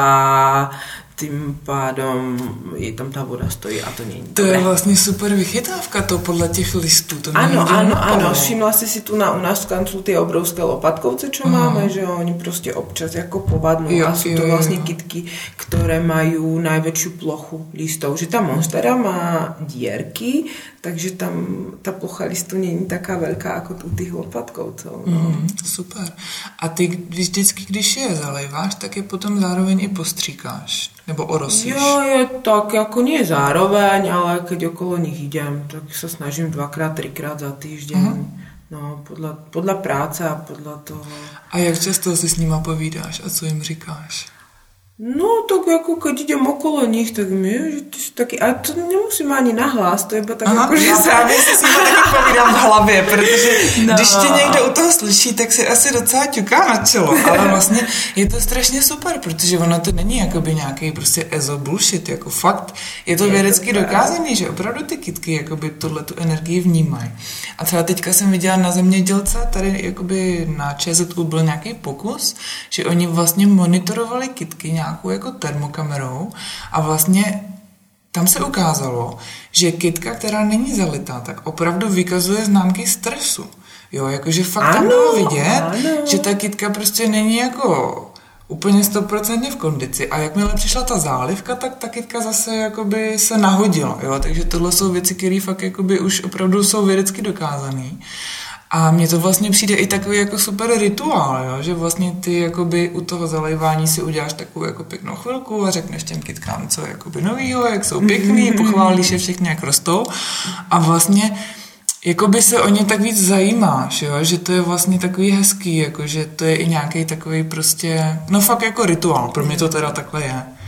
tým pádom je tam tá voda stojí a to nie je To dobré. Je vlastne super vychytávka to podľa tých listů. To áno, áno, áno. Všimla si si tu na, u nás v kanclu tie obrovské lopatkovce, čo uh-huh. máme, že oni proste občas ako povadnú jo, a sú to jo, vlastne jo. kytky, ktoré majú najväčšiu plochu listov. Že tá monstera má dierky, takže tam tá plocha listu nie je taká veľká ako tu tých lopatkovcov. No. Mm, super. A ty vždycky, když je zalejváš, tak je potom zároveň i postříkáš? Nebo orosíš? Jo, je tak, ako nie zároveň, ale keď okolo nich idem, tak sa snažím dvakrát, trikrát za týždeň. Uh-huh. No, podľa, podľa práce a podľa toho. A jak často si s nima povídáš a co jim říkáš? No, tak ako keď idem okolo nich, tak mi, že ty si taký, a to nemusím ani nahlas, to je iba tak Aha, ako, že já právě si s nima taky povídám v hlavě, protože no. když tě někdo u toho slyší, tak si asi docela ťuká na čelo, ale vlastně je to strašně super, protože ono to není jakoby nějaký prostě ezo bullshit, jako fakt, je to je vědecky to dokázaný, že opravdu ty kytky jakoby tohle tu energii vnímají. A třeba teďka jsem viděla na Zemědělce, tady jakoby na ČZÚ byl nějaký pokus, že oni vlastně monitorovali kytky nějakou jako termokamerou a vlastně tam se ukázalo, že kytka, která není zalitá, tak opravdu vykazuje známky stresu. Jo, jakože fakt ano, tam bylo vidět, ano. že ta kytka prostě není jako úplně stoprocentně v kondici a jakmile přišla ta zálivka, tak ta kytka zase jakoby se nahodila, jo, takže tohle jsou věci, které fakt jakoby už opravdu jsou vědecky dokázané. A mně to vlastně přijde i takový jako super rituál, jo? Že vlastně ty jakoby u toho zalejvání si uděláš takovou jako pěknou chvilku a řekneš těm kytkám, co je jakoby novýho, jak jsou pěkný, pochválíš je všechny, jak rostou a vlastně jakoby se o ně tak víc zajímáš, jo? Že to je vlastně takový hezký, jako že to je i nějaký takový prostě, no fakt jako rituál, pro mě to teda takhle je.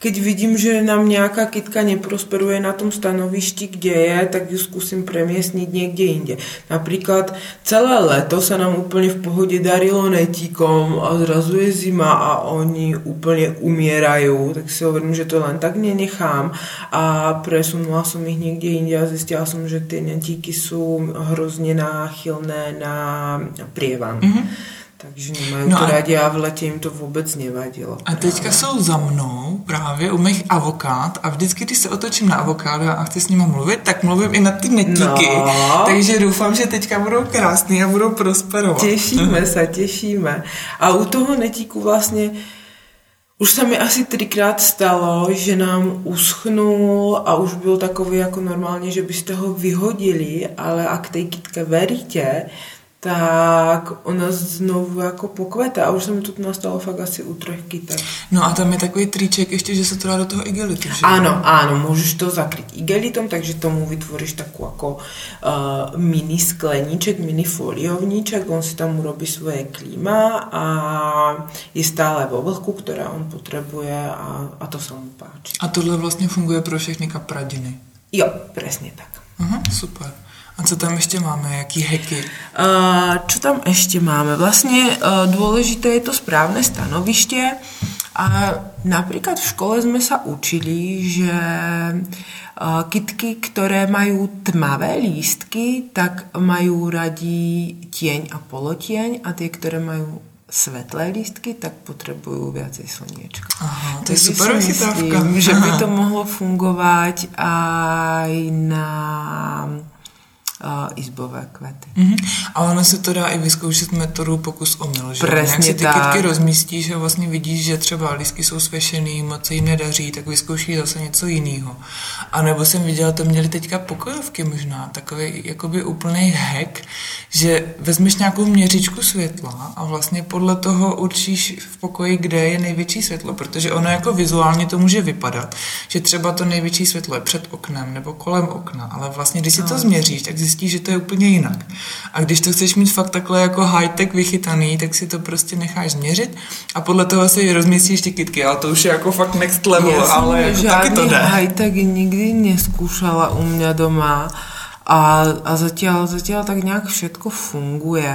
keď vidím, že nám nějaká kytka neprosperuje na tom stanovišti, kde je, tak ju zkusím premiestniť niekde inde. Napríklad celé leto sa nám úplne v pohode darilo netíkom a zrazu je zima a oni úplne umierajú, tak si hovorím, že to len tak nenechám a presunula som ich niekde inde a zistila som, že tie netíky sú hrozne náchylné na prievan. Mm-hmm. Takže nemají no to rádi a v letě jim to vůbec nevadilo. A teďka právě. Jsou za mnou právě u mých avokád a vždycky, když se otočím na avokáda a chci s nimi mluvit, tak mluvím i na ty netíky. No. Takže doufám, že teďka budou krásný a budou prosperovat. Těšíme se, těšíme. A u toho netíku vlastně už se mi asi třikrát stalo, že nám uschnul a už byl takový jako normálně, že byste ho vyhodili, ale ak tej kytke veríte, tak ona znovu jako pokvete a už se mi to nastalo fakt asi u troch kytek. No a tam je takový triček ještě, že se to dá do toho igelitu, že? Áno, áno, můžeš to zakryť igelitom, takže tomu vytvoríš takú ako uh, mini skleníček, mini foliovníček, on si tam urobí svoje klíma a je stále vo vlhku, ktoré on potrebuje a, a to sa mu páči. A tohle vlastně funguje pro všechny kapradiny? Jo, presne tak. Aha, super. A co tam ještě máme? Jaký heky? Uh, čo tam ešte máme? Vlastne uh, dôležité je to správne stanovište a napríklad v škole sme sa učili, že uh, kytky, ktoré majú tmavé lístky, tak majú radi tieň a polotieň a tie, ktoré majú svetlé lístky, tak potrebujú viacej slniečka. Aha, to je super chytávka. Myslím, že by to mohlo fungovať aj na Uh, izbové kvety. Mm-hmm. A ono se to dá i vyzkoušet metodu pokus omyl, že? Presně Jak si ty tak. kytky rozmístíš a vlastně vidíš, že třeba lístky jsou svešený, moc se jim nedaří, tak vyzkoušíš zase něco jiného. A nebo jsem viděla, to měli teďka pokojovky možná, takový jakoby úplný hack, že vezmeš nějakou měřičku světla a vlastně podle toho určíš v pokoji, kde je největší světlo, protože ono jako vizuálně to může vypadat, že třeba to největší světlo je před oknem nebo kolem okna, ale vlastně když si to změříš, tak zjistíš, že to je úplně jinak. A když to chceš mít fakt takhle jako high-tech vychytaný, tak si to prostě necháš změřit a podle toho si rozmístíš ty kytky, ale to už je jako fakt next level, ja ale jako taky to jde. Ja som high-tech nikdy neskúšala u mňa doma a, a zatiaľ, zatiaľ tak nejak všetko funguje.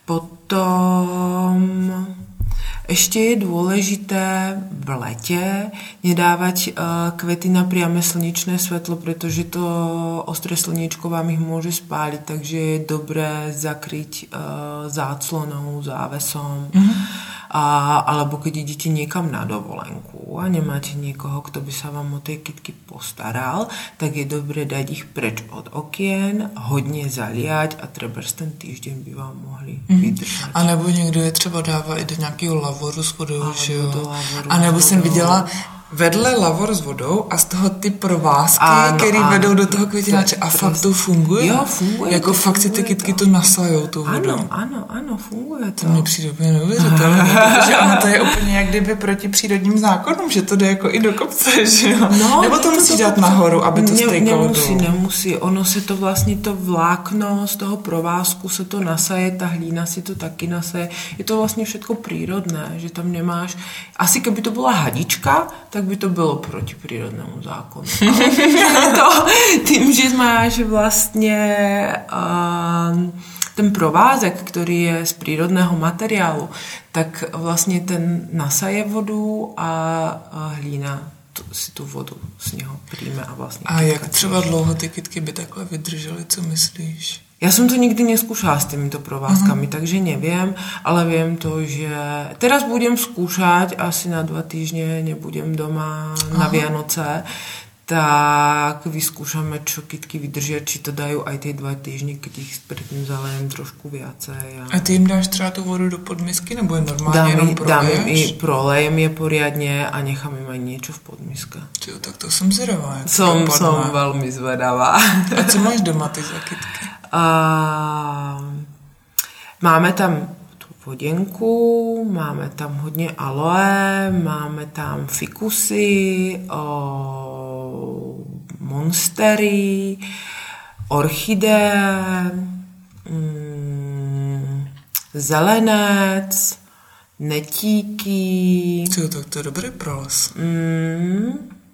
Potom ešte je dôležité v lete nedávať uh, kvety na priame slnečné svetlo, pretože to ostré slniečko vám ich môže spáliť, takže je dobré zakryť uh, záclonou, závesom. Mm-hmm. A, alebo keď idete niekam na dovolenku a nemáte niekoho, kto by sa vám o tej kytky postaral, tak je dobré dať ich preč od okien, hodne zaliať a trebárs ten týždeň by vám mohli mm. vydržať. A nebo někdo je třeba dává i do nějakého lavoru s vodou, že jo? A nebo jsem viděla vedle lavor s vodou a z toho ty provázky, které vedou do toho květináče. A fakt to funguje? Jo, funguje. Jako fakt si ty kytky to nasajou, tu vodu. Ano, ano, ano, funguje to. To mi přijde úplně neuvěřitelné, protože ono to je úplně jak kdyby proti přírodním zákonům, že to jde jako i do kopce, že jo? No, nebo to musí dát nahoru, aby to stejkalo Nemusí, nemusí. Ono se to vlastně, to vlákno z toho provázku se to nasaje, ta hlína si to taky nasaje. Je to vlastně všetko přírodné, že tam nemáš... Asi keby to byla hadička, tak by to bylo proti prírodnému zákonu. Ale to, tým, že máš vlastne um, ten provázek, ktorý je z prírodného materiálu, tak vlastne ten nasaje vodu a, a hlína tu, si tu vodu z něho přijme a vlastně... A jak třeba dlouho ty kytky by takhle vydržely, co myslíš? Ja som to nikdy neskúšala s týmito provázkami, uh-huh. takže neviem, ale viem to, že teraz budem skúšať, asi na dva týždne nebudem doma uh-huh. na Vianoce, tak vyskúšame, čo kytky vydržia, či to dajú aj tie dva týždne, keď ich predtým zalejem trošku viacej. A, a ty jim dáš třeba tu vodu do podmisky, nebo je normálně dám, jenom proleješ? Dám i prolejem je poriadne a nechám im aj niečo v podmiske. Čo, tak to som zvedavá. Som, som veľmi zvedavá. A co máš doma ty za kytky? A máme tam tu voděnku, máme tam hodně aloe, máme tam fikusy, o, monstery, orchideje, mm, zelenec, netíky. Co, tak to je dobrý prales. Mm.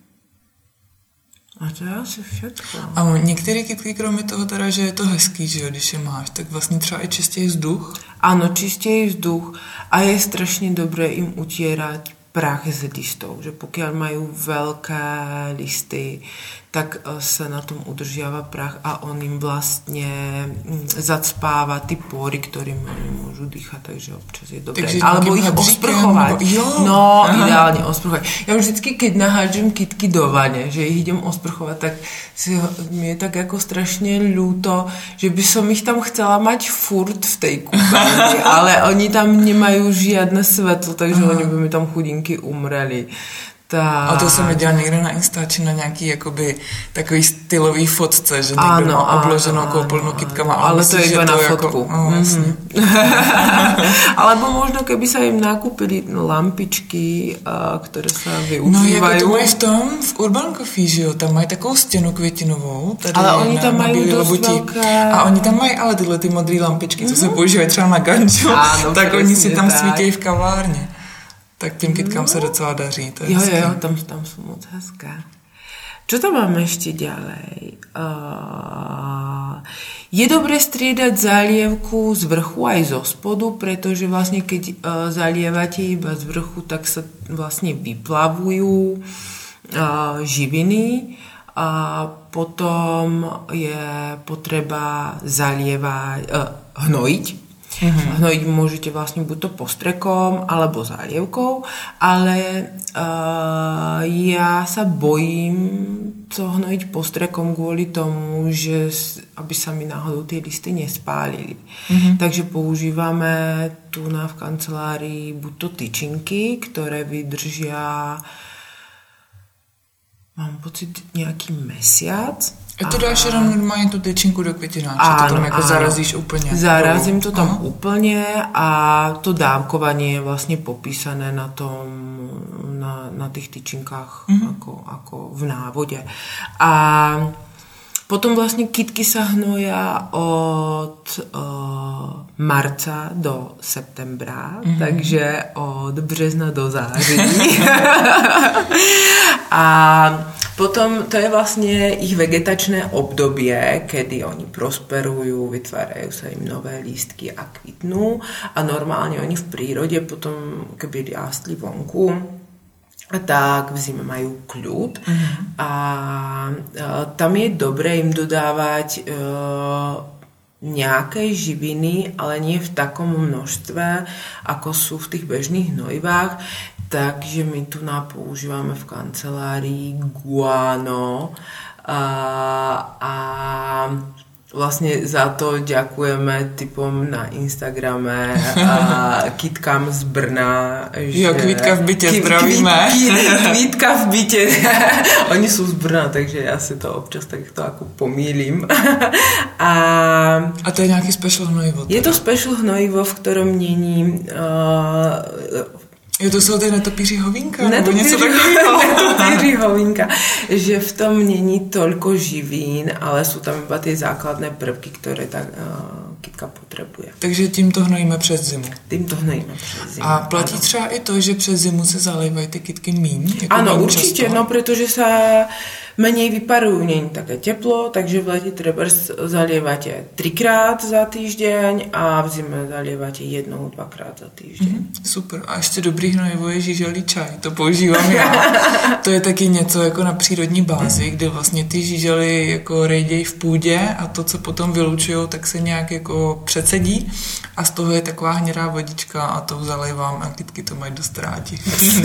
A to je asi všechno. A některé kytky, kromě toho teda, že je to hezký, že jo, když je máš, tak vlastně třeba i čistěji vzduch. Ano, čistěji vzduch a je strašně dobré jim utírať prach z listov, že pokud mají velké listy, tak se na tom udržiava prach a on jim vlastně zacpává ty pory, kterými oni můžou dýchat, takže občas je dobré. Takže alebo ich osprchovat. No, ideálně osprchovat. Já vždycky, keď nahádžem kytky do vane, že jich idem osprchovat, tak si, mi je tak jako strašně ľúto, že by som ich tam chcela mať furt v tej kúpeľni, ale oni tam nemají žiadne svetlo, takže Aha. oni by mi tam chudinky umreli. Tak. A to jsem viděla někde na Instači na nějaký jakoby takový stylový fotce, že někdo ano, má obloženou koupelnu kytkama. Ale myslí, to je iba na fotku. Jako, no, mm-hmm. Alebo možno, keby sa im nakúpili lampičky, které se využívají. No jako to mají v tom, v Urban Coffee, že jo, tam mají takovou stěnu květinovou. Tady ale oni tam na, mají na dost velké. A oni tam mají ale tyhle ty modré lampičky, mm-hmm. co se používají třeba na ganču, tak oni si tam tak. svítějí v kavárně. Tak tým kytkám no. se docela daří. To je jo, hezké. jo, tam, tam jsou moc hezké. Čo tam máme ještě ďalej? Uh, je dobré striedať zalievku z vrchu aj zo spodu, pretože vlastne keď uh, zalievate iba z vrchu, tak sa vlastne vyplavujú uh, živiny a potom je potreba zalievať, uh, hnojiť. Mm-hmm. Hnojiť môžete vlastne buď to postrekom alebo zálievkou, ale uh, ja sa bojím to hnojiť postrekom kvôli tomu, že aby sa mi náhodou tie listy nespálili. Mm-hmm. Takže používame tu na v kancelárii buď to tyčinky, ktoré vydržia, mám pocit, nejaký mesiac. A to dáš jenom normálně tu tyčinku do květináče, ano, to tam jako ano. zarazíš úplně. Zarazím to tam Aha. úplně a to dávkovanie je vlastně popísané na tom, na, na těch tyčinkách uh-huh. jako, jako v návodě. A potom vlastně kytky sa hnoja od uh, marca do septembra, mm-hmm. takže od března do září. A potom to je vlastně ich vegetačné obdobie, kedy oni prosperujú, vytvárajú sa im nové lístky a kvitnú a normálně oni v prírode potom, keby rástli vonku, tak v zime majú kľud mm-hmm. a, a tam je dobré im dodávať e, nejaké živiny, ale nie v takom množstve, ako sú v tých bežných hnojivách. Takže my tu používame v kancelárii guano a, a vlastne za to ďakujeme typom na Instagrame a kytkám z Brna. Že... Jo, kvítka v bytě, K- zdravíme. Kvítka v bytě. Oni jsou z Brna, takže já si to občas tak to jako pomýlím. A, a to je nějaký special hnojivo? Je to special hnojivo, v kterém není... Uh, Jo, to jsou ty netopíří hovínka, nebo něco takového. Netopíří hovínka, že v tom není toľko živín, ale jsou tam iba ty základné prvky, které ta uh, kytka potřebuje. Takže tím to hnojíme přes zimu. Tím to hnojíme přes zimu. A platí ano. třeba i to, že přes zimu se zalívají ty kytky míň? Jako ano, určitě, často? No, protože se menej vyparujú, není také teplo, takže v lete treba zalievate trikrát za týždeň a v zime zalievate jednou, dvakrát za týždeň. Mm-hmm, super. A ještě dobrý hnojivo je žíželý čaj, to používám já. To je taky něco jako na přírodní bázi, kde vlastně ty žížely jako rejdějí v půdě a to, co potom vylučujou, tak se nějak jako přecedí a z toho je taková hnědá vodička a to zalejvám a kytky to mají dost rádi.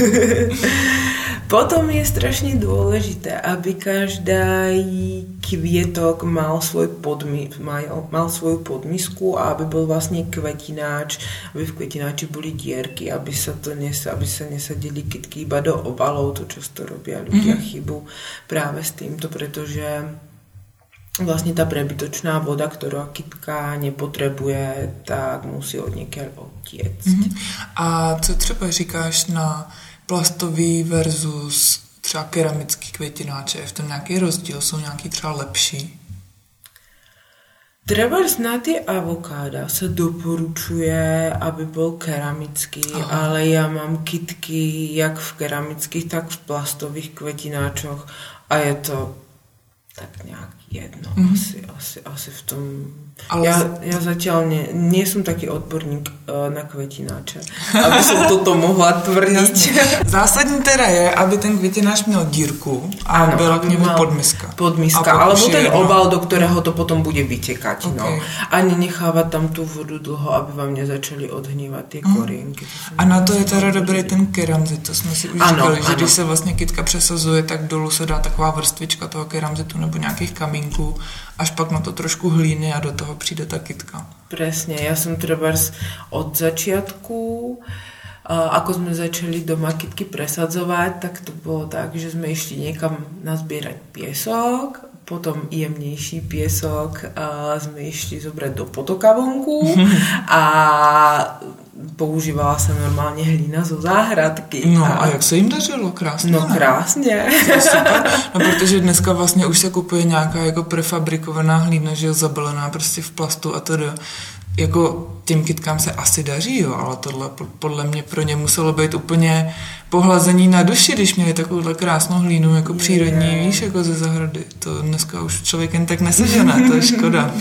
Potom je strašně důležité, aby každý kvietok mal svoj podmi, mal, mal svoju podmisku a aby byl vlastně kvetináč, aby v kvetináči byly dierky, aby se to nes, aby se nesadili kytky iba do obalov, to často robí ľudia mm-hmm. chybu právě s týmto, protože vlastně ta prebytočná voda, kterou kytka nepotřebuje, tak musí od někaď odtiecť. Mm-hmm. A co třeba říkáš na plastový versus třeba keramický květináče? Je v tom nějaký rozdíl? Jsou nějaký třeba lepší? Trebárs na tie avokáda sa doporučuje, aby bol keramický, aha, ale ja mám kytky jak v keramických, tak v plastových kvetináčoch a je to tak nejak jedno, mm-hmm. asi, asi, asi v tom. Ale ja, ja zatiaľ nie, nie som taký odborník uh, na kvetináče, aby som toto mohla tvrdiť. Zásadní teda je, aby ten kvetináč měl dírku a ano, byla k němu podmiska. Podmiska, alebo ten jedno. Obal, do ktorého to potom bude vytekať. Okay. No. A nenechávať tam tú vodu dlho, aby vám nezačali odhnívať tie mm. korienky. A na to je teda dobrý ten keramzit, to jsme si už ano, říkali, že ano. Když se vlastně kytka přesazuje, tak dolů se dá taková vrstvička toho keramzitu nebo nějakých kamínků, až pak na to trošku hlíny a do toho přijde ta kytka. Presne, ja som trebárs od začiatku, ako sme začali doma kytky presadzovať, tak to bolo tak, že sme išli niekam nazbierať piesok, potom jemnejší piesok sme išli zobrať do potoka vonku a používala sa normálne hlína zo záhradky. No a, a jak se jim dařilo? Krásně. No krásně. Super. No protože dneska vlastně už se kupuje nějaká jako prefabrikovaná hlína, že je zabalená prostě v plastu a teda. Jako těm kytkám se asi daří, jo, ale tohle podle mě pro ně muselo být úplně pohlazení na duši, když měli takovouhle krásnou hlínu jako přírodní, je. Víš, jako ze zahrady. To dneska už člověk jen tak nesežené, to je škoda.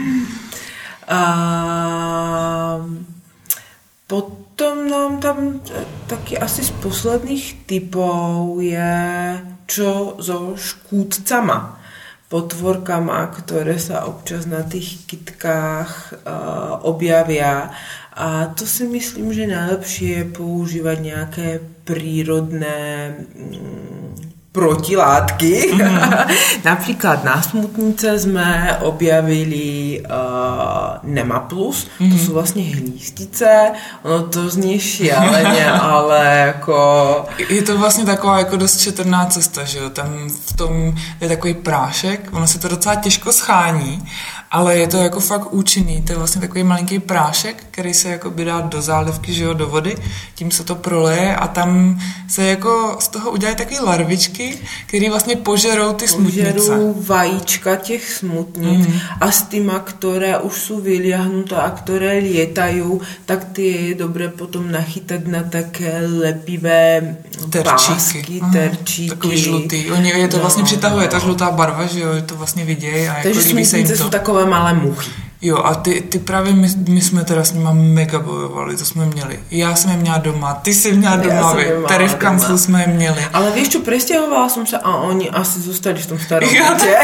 um... Potom nám tam taky asi z posledných typov je čo so škúdcama, potvorkama, ktoré sa občas na tých kytkách uh, objavia. A to si myslím, že najlepšie je používať nejaké prírodné mm, protilátky. Mm. Napríklad na smutnice sme objavili uh, Nemaplus, mm. to sú vlastne hnízdice, ono to znie šialene, ale jako... Je to vlastně taková jako dost šetrná cesta, že jo, tam v tom je takový prášek, ono se to docela těžko schání, ale je to jako fakt účinný, to je vlastně takový malinký prášek, který se jako by dá do zálivky, že jo, do vody, tím se to proleje a tam se jako z toho udělají takové larvičky, který vlastně požerou ty smutnice. Požerou vajíčka těch smutnic mm. a s týma, které už jsou vyliahnuté a které lietajú, tak ty je dobré potom nachytať na také lepivé pásky, mm. terčíky. Takový žlutý. Oni, je to no, vlastně přitahuje, no. Ta žlutá barva, že jo, to vlastně vidějí a jako líbí se jim to. Takže smutnice jsou takové malé muchy. Jo, a ty, ty právě my, my jsme teda s nima mega bojovali, to jsme měli. Já jsem je měla doma, ty jsi měla doma, vy. Tady v kanclu jsme je měli. Ale víš čo, prestěhovala jsem se a oni asi zůstali v tom starom bytě.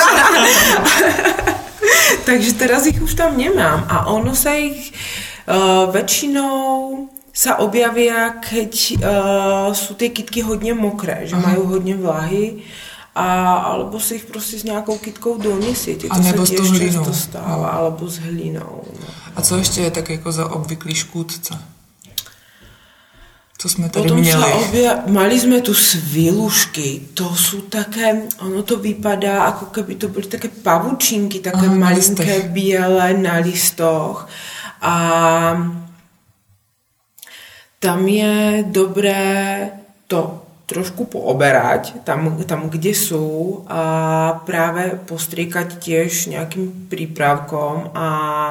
Takže teraz ich už tam nemám a ono sa ich uh, väčšinou sa objavia, keď uh, sú tie kytky hodně mokré, že Aha. majú hodně vlahy. A, alebo si ich prostě s nějakou kytkou donesiete. To se tiež často stáva, alebo s hlínou. No. A co ještě je tak jako za obvyklý škůdce? Co jsme tady Potom měli? Obja- mali sme tu svilušky. To sú také, ono to vypadá, ako keby to byly také pavučinky, také Aha, malinké biele na listoch. A tam je dobré to trošku pooberať tam, tam, kde sú a práve postriekať tiež nejakým prípravkom a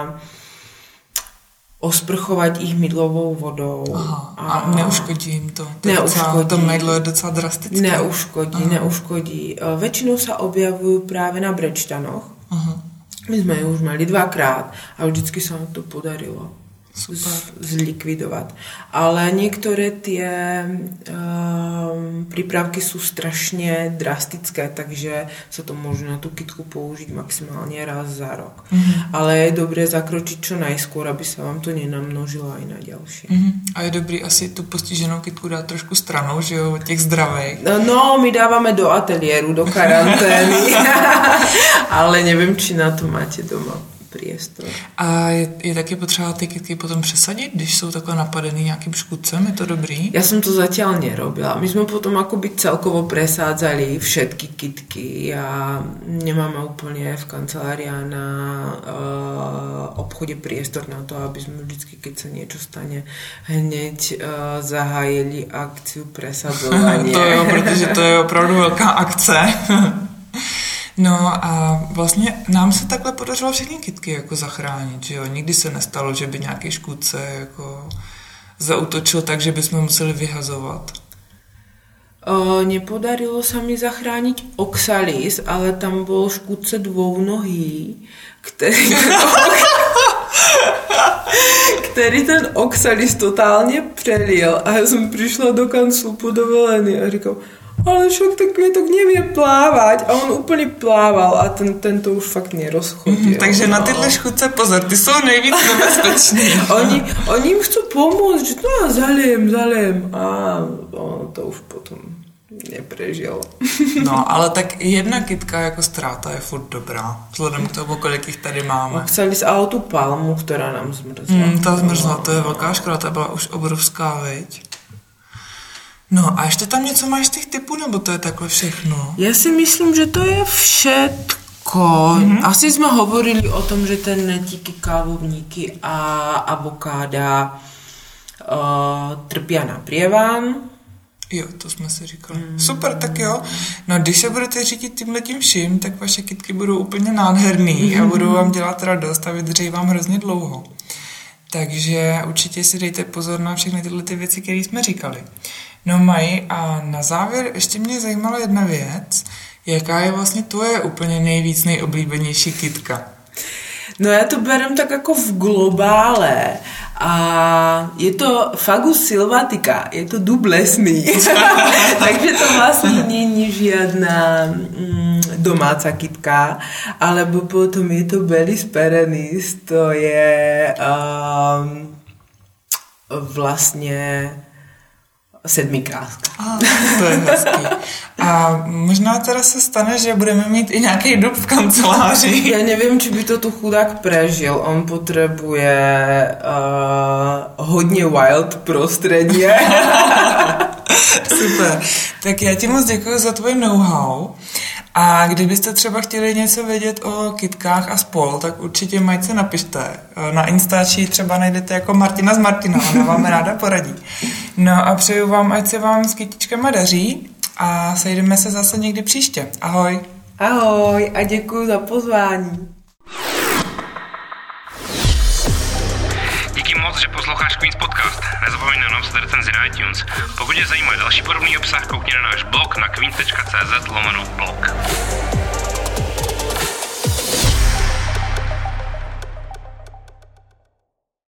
osprchovať ich mydlovou vodou. Aha, a, a neuškodí jim to? To, neuškodí. Docela, to mydlo je docela drastické. Neuškodí, Aha. neuškodí. Väčšinou sa objavujú práve na brečtanoch. Aha. My sme ju už mali dvakrát a vždycky sa nám to podarilo Z, zlikvidovať. Ale niektoré tie um, prípravky sú strašne drastické, takže sa to môže na tú kytku použiť maximálne raz za rok. Mm-hmm. Ale je dobré zakročiť čo najskôr, aby sa vám to nenamnožilo aj na ďalšie. Mm-hmm. A je dobrý asi tu postiženou kytku dát trošku stranou, že jo, od těch zdravých. No, my dávame do ateliéru, do karantény. Ale neviem, či na to máte doma priestor. A je, je taky potřeba ty kytky potom přesadit, když jsou takhle napadený nějakým škůdcem? Je to dobrý? Ja som to zatiaľ nerobila. My sme potom akoby celkovo presádzali všetky kytky a nemáme úplne v kancelárii na uh, obchode priestor na to, aby sme vždycky, keď sa niečo stane, hneď uh, zahájili akciu presadzovania. To jo, protože to je opravdu velká akce. No a vlastně nám se takhle podařilo všechny kytky jako zachránit, že jo. Nikdy se nestalo, že by nějaký škůdce jako zaútočil tak, že bychom museli vyhazovat. O, nepodarilo sa mi zachrániť oxalis, ale tam bol škůdce dvounohý, který ten, který ten oxalis totálně přelil a já jsem přišla do kanclu po dovolený a říkal, ale však ten květok nevie plávať a on úplně plával a ten, ten to už fakt nerozchodil. Mm, takže na tyhle škůdce pozor, ty jsou nejvíc nebezpečný. oni, oni jim chcú pomôcť, že no zaliem, zaliem a ono to už potom neprežilo. No, ale tak jedna kytka jako ztráta je furt dobrá, vzhledem k tomu, kolik jich tady máme. Oxalis a tu palmu, která nám zmrzla. Mm, ta zmrzla, to je velká škoda, ta byla už obrovská, viď? No a ještě tam něco máš z těch typů, nebo to je takhle všechno? Já si myslím, že to je všetko. Mm-hmm. Asi jsme hovorili o tom, že ten netíky, kávovníky a avokáda uh, trpia na prievan. Jo, to jsme si říkali. Mm. Super, tak jo. No, když se budete řídit tímhletím vším, tak vaše kytky budou úplně nádherný mm. a budou vám dělat radost a vydrží vám hrozně dlouho. Takže určitě si dejte pozor na všechny tyhle ty věci, které jsme říkali. No Maji, a na závěr ještě mě zajímala jedna věc. Jaká je vlastně tvoje úplně nejvíc nejoblíbenější kytka? No já to berem tak jako v globále a je to Fagus sylvatica, je to dub lesný. Takže to vlastně není žiadna mm, domáca kytka, alebo potom je to Bellis perennis, to je um, vlastně sedmikráska. Ah, to je hezký. A možná teda se stane, že budeme mít i nějaký dub v kanceláři. Já nevím, či by to tu chudák prežil. On potřebuje uh, hodně wild prostředí. Super. Tak já ti moc děkuji za tvoje know-how. A kdybyste třeba chtěli něco vědět o kytkách a spol, tak určitě Majce napište. Na Instači třeba najdete jako Martina z Martina, ona vám ráda poradí. No a přeju vám, ať se vám s kytičkama daří a sejdeme se zase někdy příště. Ahoj. Ahoj a děkuji za pozvání. Díky moc, že posloucháš Queen's Podcast. Nezapomeň na nám sledovat recenzi na iTunes. Pokud tě zajímá další podobný obsah, koukni na náš blog na queen tečka cz lomeno blog.